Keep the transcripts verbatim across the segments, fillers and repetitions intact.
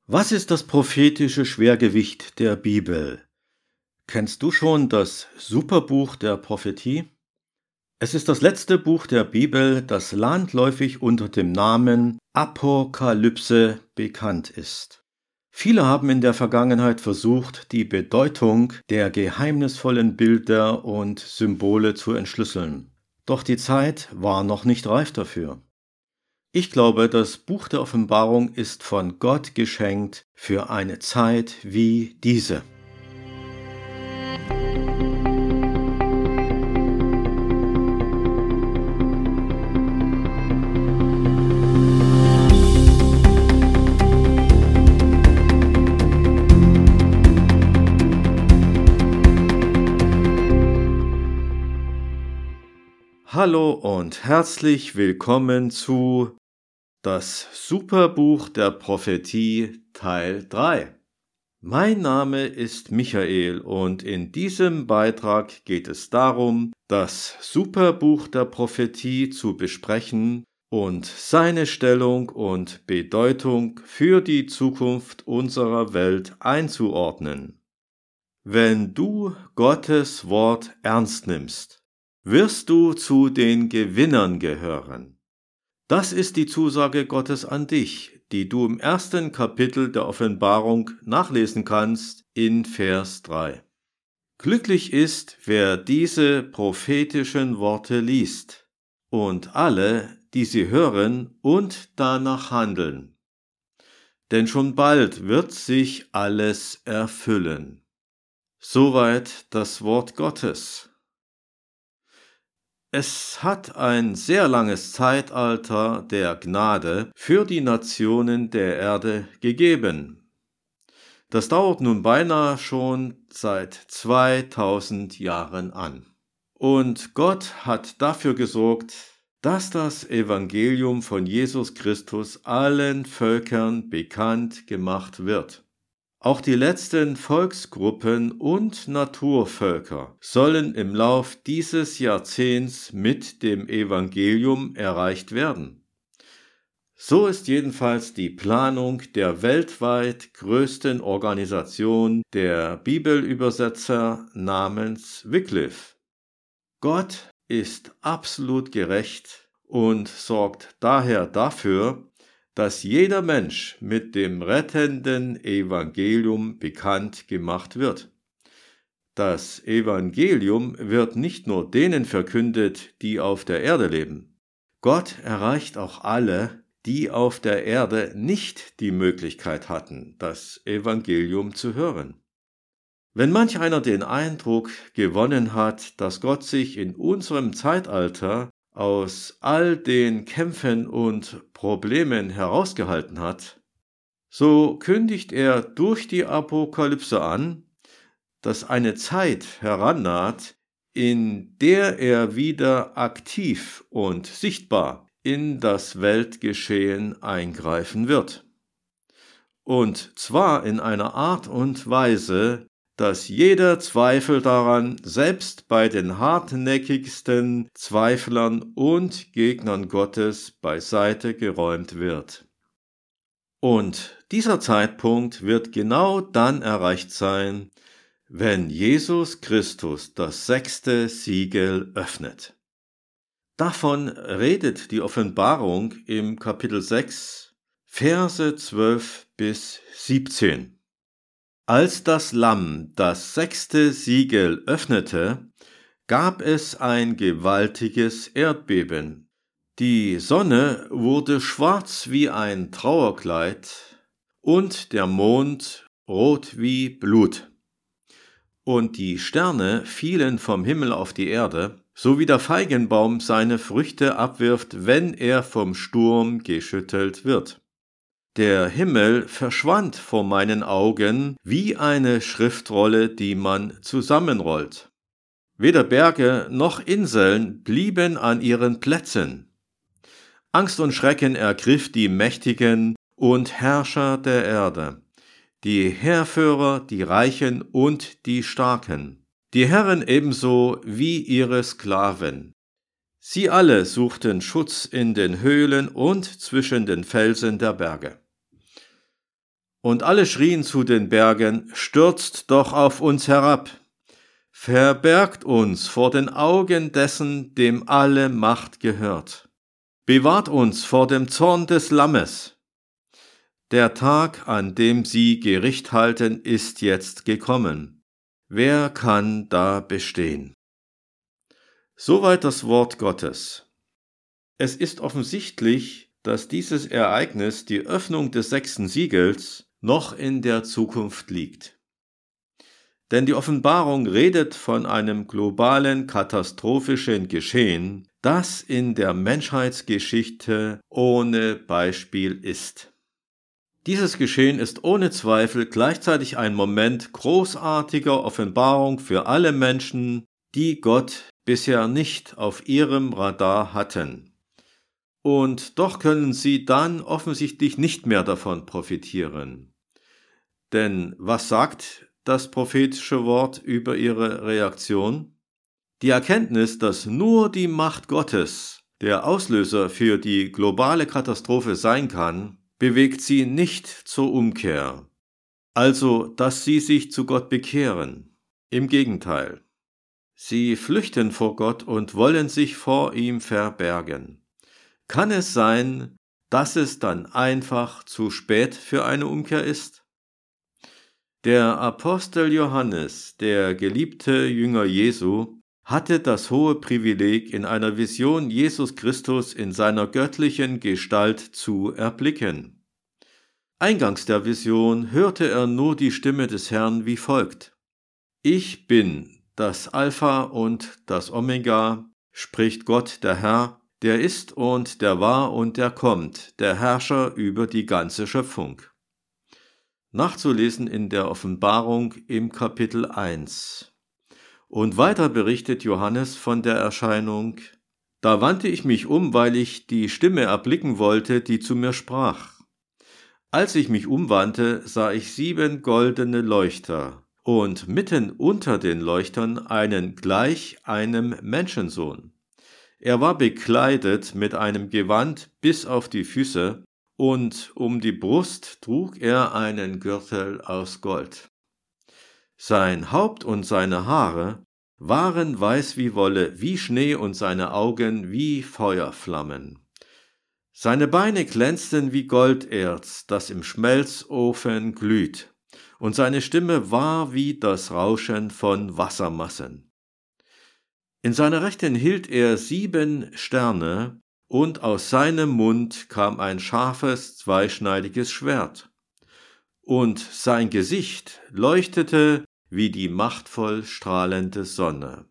Was ist das prophetische Schwergewicht der Bibel? Kennst du schon das Superbuch der Prophetie? Es ist das letzte Buch der Bibel, das landläufig unter dem Namen Apokalypse bekannt ist. Viele haben in der Vergangenheit versucht, die Bedeutung der geheimnisvollen Bilder und Symbole zu entschlüsseln. Doch die Zeit war noch nicht reif dafür. Ich glaube, das Buch der Offenbarung ist von Gott geschenkt für eine Zeit wie diese. Hallo und herzlich willkommen zu Das Superbuch der Prophetie Teil drei. Mein Name ist Michael und in diesem Beitrag geht es darum, das Superbuch der Prophetie zu besprechen und seine Stellung und Bedeutung für die Zukunft unserer Welt einzuordnen. Wenn du Gottes Wort ernst nimmst, wirst du zu den Gewinnern gehören. Das ist die Zusage Gottes an dich, die du im ersten Kapitel der Offenbarung nachlesen kannst in Vers drei. Glücklich ist, wer diese prophetischen Worte liest und alle, die sie hören und danach handeln. Denn schon bald wird sich alles erfüllen. Soweit das Wort Gottes. Es hat ein sehr langes Zeitalter der Gnade für die Nationen der Erde gegeben. Das dauert nun beinahe schon seit zweitausend Jahren an. Und Gott hat dafür gesorgt, dass das Evangelium von Jesus Christus allen Völkern bekannt gemacht wird. Auch die letzten Volksgruppen und Naturvölker sollen im Lauf dieses Jahrzehnts mit dem Evangelium erreicht werden. So ist jedenfalls die Planung der weltweit größten Organisation der Bibelübersetzer namens Wycliffe. Gott ist absolut gerecht und sorgt daher dafür, dass jeder Mensch mit dem rettenden Evangelium bekannt gemacht wird. Das Evangelium wird nicht nur denen verkündet, die auf der Erde leben. Gott erreicht auch alle, die auf der Erde nicht die Möglichkeit hatten, das Evangelium zu hören. Wenn manch einer den Eindruck gewonnen hat, dass Gott sich in unserem Zeitalter aus all den Kämpfen und Problemen herausgehalten hat, so kündigt er durch die Apokalypse an, dass eine Zeit herannaht, in der er wieder aktiv und sichtbar in das Weltgeschehen eingreifen wird. Und zwar in einer Art und Weise, dass jeder Zweifel daran, selbst bei den hartnäckigsten Zweiflern und Gegnern Gottes, beiseite geräumt wird. Und dieser Zeitpunkt wird genau dann erreicht sein, wenn Jesus Christus das sechste Siegel öffnet. Davon redet die Offenbarung im Kapitel sechs, Verse zwölf bis siebzehn. Als das Lamm das sechste Siegel öffnete, gab es ein gewaltiges Erdbeben. Die Sonne wurde schwarz wie ein Trauerkleid und der Mond rot wie Blut. Und die Sterne fielen vom Himmel auf die Erde, so wie der Feigenbaum seine Früchte abwirft, wenn er vom Sturm geschüttelt wird. Der Himmel verschwand vor meinen Augen wie eine Schriftrolle, die man zusammenrollt. Weder Berge noch Inseln blieben an ihren Plätzen. Angst und Schrecken ergriff die Mächtigen und Herrscher der Erde, die Heerführer, die Reichen und die Starken, die Herren ebenso wie ihre Sklaven. Sie alle suchten Schutz in den Höhlen und zwischen den Felsen der Berge. Und alle schrien zu den Bergen: Stürzt doch auf uns herab! Verbergt uns vor den Augen dessen, dem alle Macht gehört. Bewahrt uns vor dem Zorn des Lammes. Der Tag, an dem sie Gericht halten, ist jetzt gekommen. Wer kann da bestehen? Soweit das Wort Gottes. Es ist offensichtlich, dass dieses Ereignis, die Öffnung des sechsten Siegels, noch in der Zukunft liegt. Denn die Offenbarung redet von einem globalen, katastrophischen Geschehen, das in der Menschheitsgeschichte ohne Beispiel ist. Dieses Geschehen ist ohne Zweifel gleichzeitig ein Moment großartiger Offenbarung für alle Menschen, die Gott bisher nicht auf ihrem Radar hatten. Und doch können sie dann offensichtlich nicht mehr davon profitieren. Denn was sagt das prophetische Wort über ihre Reaktion? Die Erkenntnis, dass nur die Macht Gottes der Auslöser für die globale Katastrophe sein kann, bewegt sie nicht zur Umkehr. Also, dass sie sich zu Gott bekehren. Im Gegenteil. Sie flüchten vor Gott und wollen sich vor ihm verbergen. Kann es sein, dass es dann einfach zu spät für eine Umkehr ist? Der Apostel Johannes, der geliebte Jünger Jesu, hatte das hohe Privileg, in einer Vision Jesus Christus in seiner göttlichen Gestalt zu erblicken. Eingangs der Vision hörte er nur die Stimme des Herrn wie folgt: Ich bin das Alpha und das Omega, spricht Gott der Herr, der ist und der war und der kommt, der Herrscher über die ganze Schöpfung. Nachzulesen in der Offenbarung im Kapitel eins. Und weiter berichtet Johannes von der Erscheinung: Da wandte ich mich um, weil ich die Stimme erblicken wollte, die zu mir sprach. Als ich mich umwandte, sah ich sieben goldene Leuchter und mitten unter den Leuchtern einen gleich einem Menschensohn. Er war bekleidet mit einem Gewand bis auf die Füße, und um die Brust trug er einen Gürtel aus Gold. Sein Haupt und seine Haare waren weiß wie Wolle, wie Schnee, und seine Augen wie Feuerflammen. Seine Beine glänzten wie Golderz, das im Schmelzofen glüht, und seine Stimme war wie das Rauschen von Wassermassen. In seiner Rechten hielt er sieben Sterne, und aus seinem Mund kam ein scharfes, zweischneidiges Schwert. Und sein Gesicht leuchtete wie die machtvoll strahlende Sonne.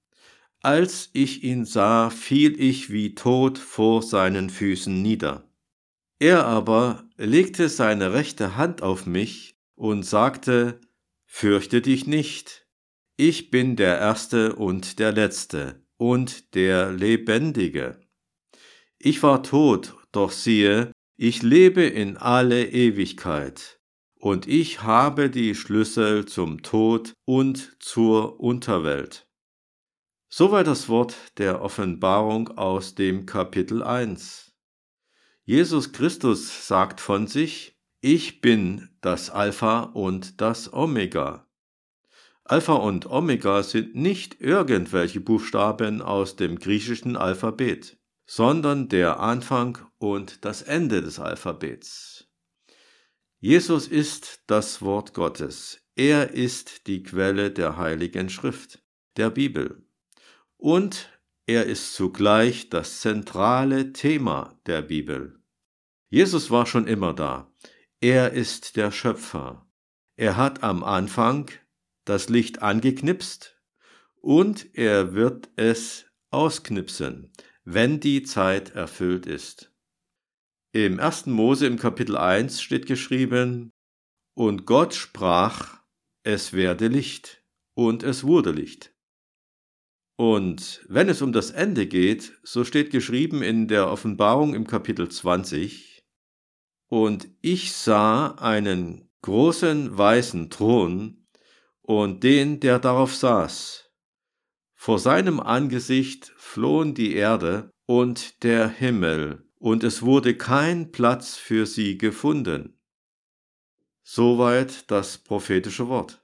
Als ich ihn sah, fiel ich wie tot vor seinen Füßen nieder. Er aber legte seine rechte Hand auf mich und sagte: Fürchte dich nicht, ich bin der Erste und der Letzte und der Lebendige. Ich war tot, doch siehe, ich lebe in alle Ewigkeit, und ich habe die Schlüssel zum Tod und zur Unterwelt. Soweit das Wort der Offenbarung aus dem Kapitel eins. Jesus Christus sagt von sich: Ich bin das Alpha und das Omega. Alpha und Omega sind nicht irgendwelche Buchstaben aus dem griechischen Alphabet, sondern der Anfang und das Ende des Alphabets. Jesus ist das Wort Gottes. Er ist die Quelle der Heiligen Schrift, der Bibel. Und er ist zugleich das zentrale Thema der Bibel. Jesus war schon immer da. Er ist der Schöpfer. Er hat am Anfang das Licht angeknipst und er wird es ausknipsen, wenn die Zeit erfüllt ist. Im ersten Mose im Kapitel eins steht geschrieben: Und Gott sprach, es werde Licht, und es wurde Licht. Und wenn es um das Ende geht, so steht geschrieben in der Offenbarung im Kapitel zwanzig: Und ich sah einen großen weißen Thron und den, der darauf saß. Vor seinem Angesicht flohen die Erde und der Himmel, und es wurde kein Platz für sie gefunden. Soweit das prophetische Wort.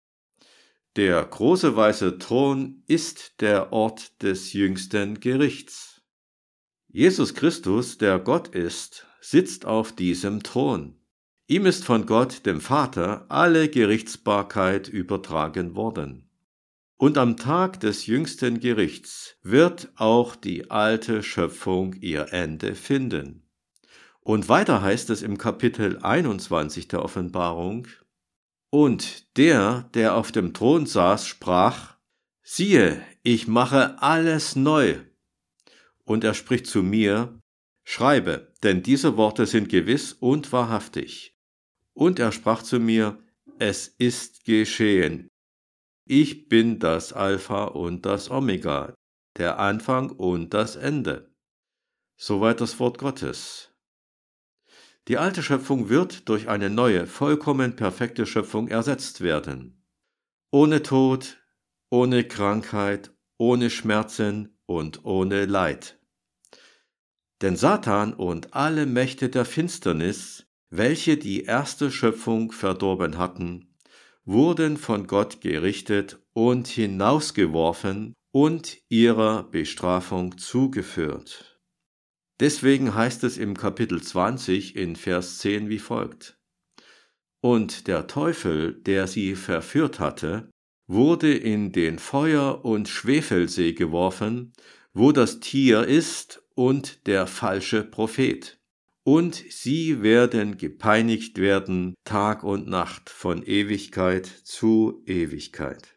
Der große weiße Thron ist der Ort des jüngsten Gerichts. Jesus Christus, der Gott ist, sitzt auf diesem Thron. Ihm ist von Gott, dem Vater, alle Gerichtsbarkeit übertragen worden. Und am Tag des jüngsten Gerichts wird auch die alte Schöpfung ihr Ende finden. Und weiter heißt es im Kapitel einundzwanzig der Offenbarung: Und der, der auf dem Thron saß, sprach: Siehe, ich mache alles neu. Und er spricht zu mir: Schreibe, denn diese Worte sind gewiss und wahrhaftig. Und er sprach zu mir: Es ist geschehen. Ich bin das Alpha und das Omega, der Anfang und das Ende. Soweit das Wort Gottes. Die alte Schöpfung wird durch eine neue, vollkommen perfekte Schöpfung ersetzt werden. Ohne Tod, ohne Krankheit, ohne Schmerzen und ohne Leid. Denn Satan und alle Mächte der Finsternis, welche die erste Schöpfung verdorben hatten, wurden von Gott gerichtet und hinausgeworfen und ihrer Bestrafung zugeführt. Deswegen heißt es im Kapitel zwanzig in Vers zehn wie folgt: Und der Teufel, der sie verführt hatte, wurde in den Feuer- und Schwefelsee geworfen, wo das Tier ist und der falsche Prophet. Und sie werden gepeinigt werden Tag und Nacht von Ewigkeit zu Ewigkeit.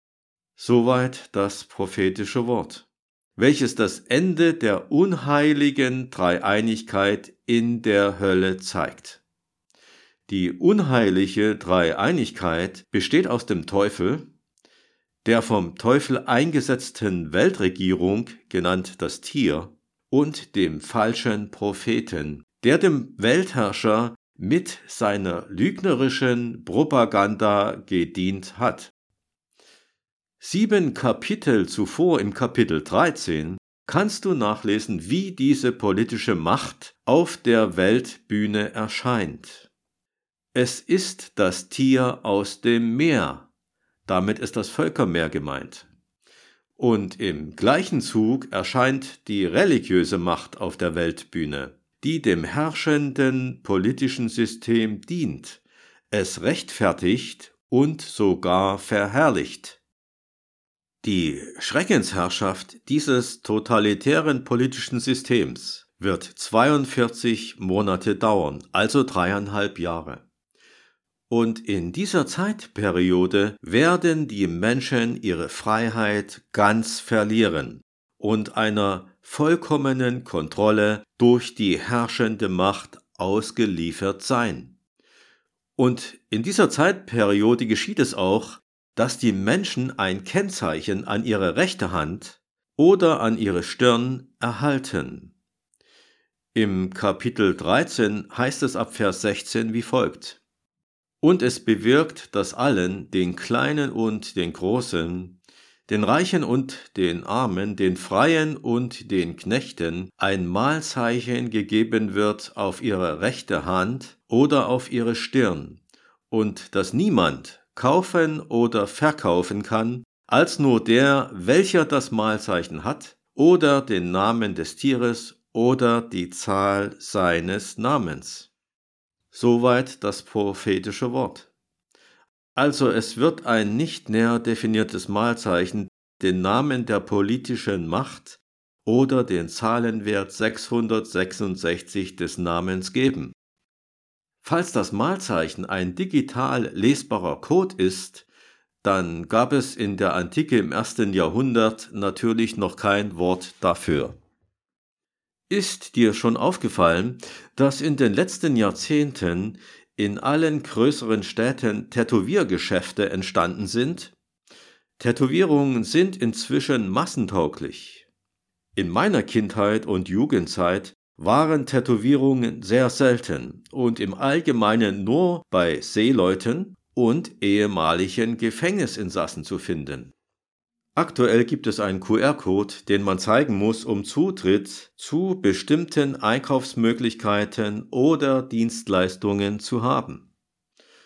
Soweit das prophetische Wort, welches das Ende der unheiligen Dreieinigkeit in der Hölle zeigt. Die unheilige Dreieinigkeit besteht aus dem Teufel, der vom Teufel eingesetzten Weltregierung, genannt das Tier, und dem falschen Propheten, der dem Weltherrscher mit seiner lügnerischen Propaganda gedient hat. Sieben Kapitel zuvor, im Kapitel dreizehn, kannst du nachlesen, wie diese politische Macht auf der Weltbühne erscheint. Es ist das Tier aus dem Meer, damit ist das Völkermeer gemeint. Und im gleichen Zug erscheint die religiöse Macht auf der Weltbühne, die dem herrschenden politischen System dient, es rechtfertigt und sogar verherrlicht. Die Schreckensherrschaft dieses totalitären politischen Systems wird zweiundvierzig Monate dauern, also dreieinhalb Jahre. Und in dieser Zeitperiode werden die Menschen ihre Freiheit ganz verlieren und einer vollkommenen Kontrolle durch die herrschende Macht ausgeliefert sein. Und in dieser Zeitperiode geschieht es auch, dass die Menschen ein Kennzeichen an ihre rechte Hand oder an ihre Stirn erhalten. Im Kapitel dreizehn heißt es ab Vers sechzehn wie folgt: Und es bewirkt, dass allen, den Kleinen und den Großen, den Reichen und den Armen, den Freien und den Knechten ein Mahlzeichen gegeben wird auf ihre rechte Hand oder auf ihre Stirn, und dass niemand kaufen oder verkaufen kann, als nur der, welcher das Mahlzeichen hat, oder den Namen des Tieres oder die Zahl seines Namens. Soweit das prophetische Wort. Also es wird ein nicht näher definiertes Mahlzeichen, den Namen der politischen Macht oder den Zahlenwert sechshundertsechsundsechzig des Namens geben. Falls das Mahlzeichen ein digital lesbarer Code ist, dann gab es in der Antike im ersten Jahrhundert natürlich noch kein Wort dafür. Ist dir schon aufgefallen, dass in den letzten Jahrzehnten in allen größeren Städten Tätowiergeschäfte entstanden sind? Tätowierungen sind inzwischen massentauglich. In meiner Kindheit und Jugendzeit waren Tätowierungen sehr selten und im Allgemeinen nur bei Seeleuten und ehemaligen Gefängnisinsassen zu finden. Aktuell gibt es einen Q R-Code, den man zeigen muss, um Zutritt zu bestimmten Einkaufsmöglichkeiten oder Dienstleistungen zu haben.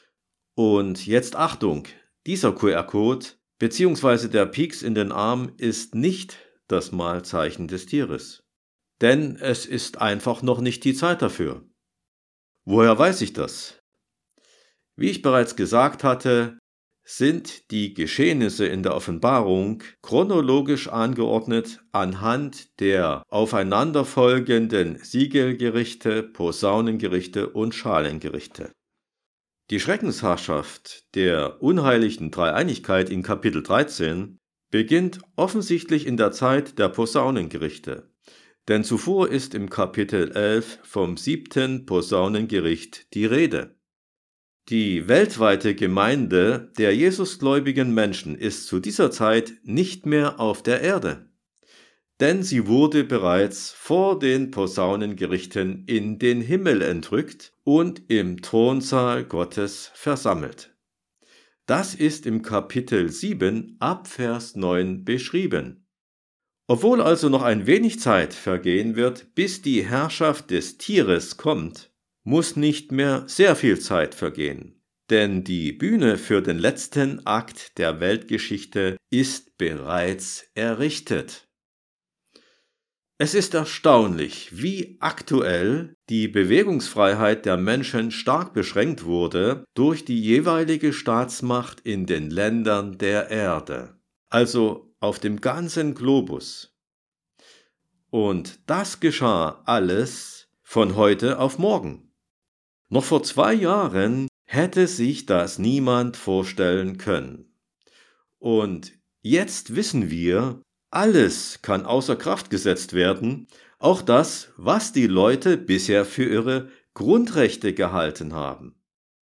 Und jetzt Achtung, dieser Q R-Code bzw. der Pieks in den Arm ist nicht das Malzeichen des Tieres. Denn es ist einfach noch nicht die Zeit dafür. Woher weiß ich das? Wie ich bereits gesagt hatte, sind die Geschehnisse in der Offenbarung chronologisch angeordnet anhand der aufeinanderfolgenden Siegelgerichte, Posaunengerichte und Schalengerichte. Die Schreckensherrschaft der unheiligen Dreieinigkeit in Kapitel dreizehn beginnt offensichtlich in der Zeit der Posaunengerichte, denn zuvor ist im Kapitel elf vom siebten Posaunengericht die Rede. Die weltweite Gemeinde der Jesusgläubigen Menschen ist zu dieser Zeit nicht mehr auf der Erde, denn sie wurde bereits vor den Posaunengerichten in den Himmel entrückt und im Thronsaal Gottes versammelt. Das ist im Kapitel sieben ab Vers neun beschrieben. Obwohl also noch ein wenig Zeit vergehen wird, bis die Herrschaft des Tieres kommt, muss nicht mehr sehr viel Zeit vergehen, denn die Bühne für den letzten Akt der Weltgeschichte ist bereits errichtet. Es ist erstaunlich, wie aktuell die Bewegungsfreiheit der Menschen stark beschränkt wurde durch die jeweilige Staatsmacht in den Ländern der Erde, also auf dem ganzen Globus. Und das geschah alles von heute auf morgen. Noch vor zwei Jahren hätte sich das niemand vorstellen können. Und jetzt wissen wir, alles kann außer Kraft gesetzt werden, auch das, was die Leute bisher für ihre Grundrechte gehalten haben.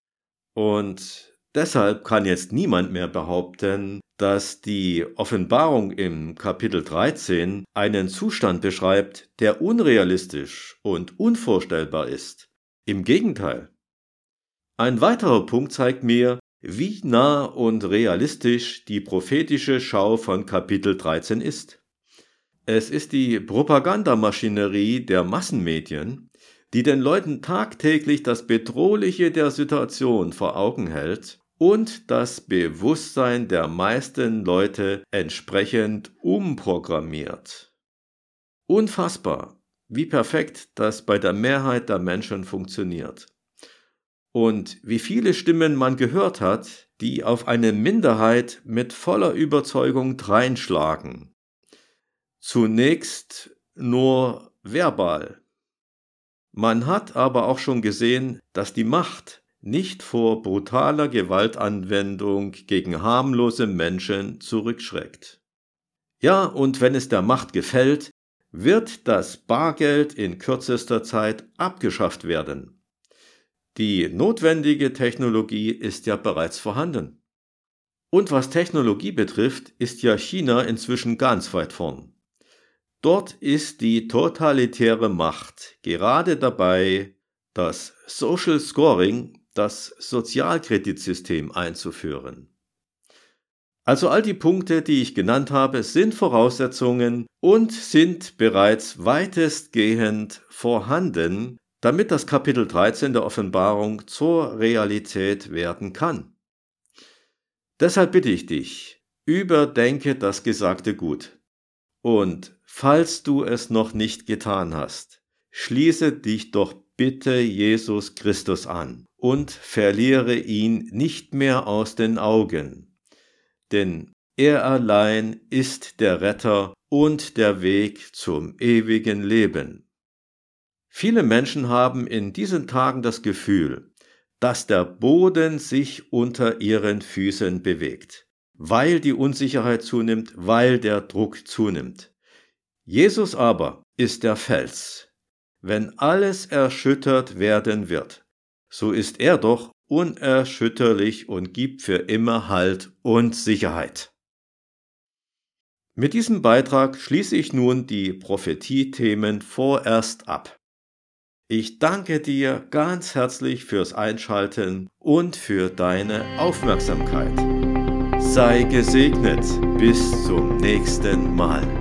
Und deshalb kann jetzt niemand mehr behaupten, dass die Offenbarung im Kapitel dreizehn einen Zustand beschreibt, der unrealistisch und unvorstellbar ist. Im Gegenteil. Ein weiterer Punkt zeigt mir, wie nah und realistisch die prophetische Schau von Kapitel dreizehn ist. Es ist die Propagandamaschinerie der Massenmedien, die den Leuten tagtäglich das Bedrohliche der Situation vor Augen hält und das Bewusstsein der meisten Leute entsprechend umprogrammiert. Unfassbar, wie perfekt das bei der Mehrheit der Menschen funktioniert. Und wie viele Stimmen man gehört hat, die auf eine Minderheit mit voller Überzeugung dreinschlagen. Zunächst nur verbal. Man hat aber auch schon gesehen, dass die Macht nicht vor brutaler Gewaltanwendung gegen harmlose Menschen zurückschreckt. Ja, und wenn es der Macht gefällt, wird das Bargeld in kürzester Zeit abgeschafft werden. Die notwendige Technologie ist ja bereits vorhanden. Und was Technologie betrifft, ist ja China inzwischen ganz weit vorn. Dort ist die totalitäre Macht gerade dabei, das Social Scoring, das Sozialkreditsystem einzuführen. Also all die Punkte, die ich genannt habe, sind Voraussetzungen und sind bereits weitestgehend vorhanden, damit das Kapitel dreizehn der Offenbarung zur Realität werden kann. Deshalb bitte ich dich, überdenke das Gesagte gut. Und falls du es noch nicht getan hast, schließe dich doch bitte Jesus Christus an und verliere ihn nicht mehr aus den Augen. Denn er allein ist der Retter und der Weg zum ewigen Leben. Viele Menschen haben in diesen Tagen das Gefühl, dass der Boden sich unter ihren Füßen bewegt, weil die Unsicherheit zunimmt, weil der Druck zunimmt. Jesus aber ist der Fels. Wenn alles erschüttert werden wird, so ist er doch unerschütterlich und gibt für immer Halt und Sicherheit. Mit diesem Beitrag schließe ich nun die Prophetie-Themen vorerst ab. Ich danke dir ganz herzlich fürs Einschalten und für deine Aufmerksamkeit. Sei gesegnet. Bis zum nächsten Mal.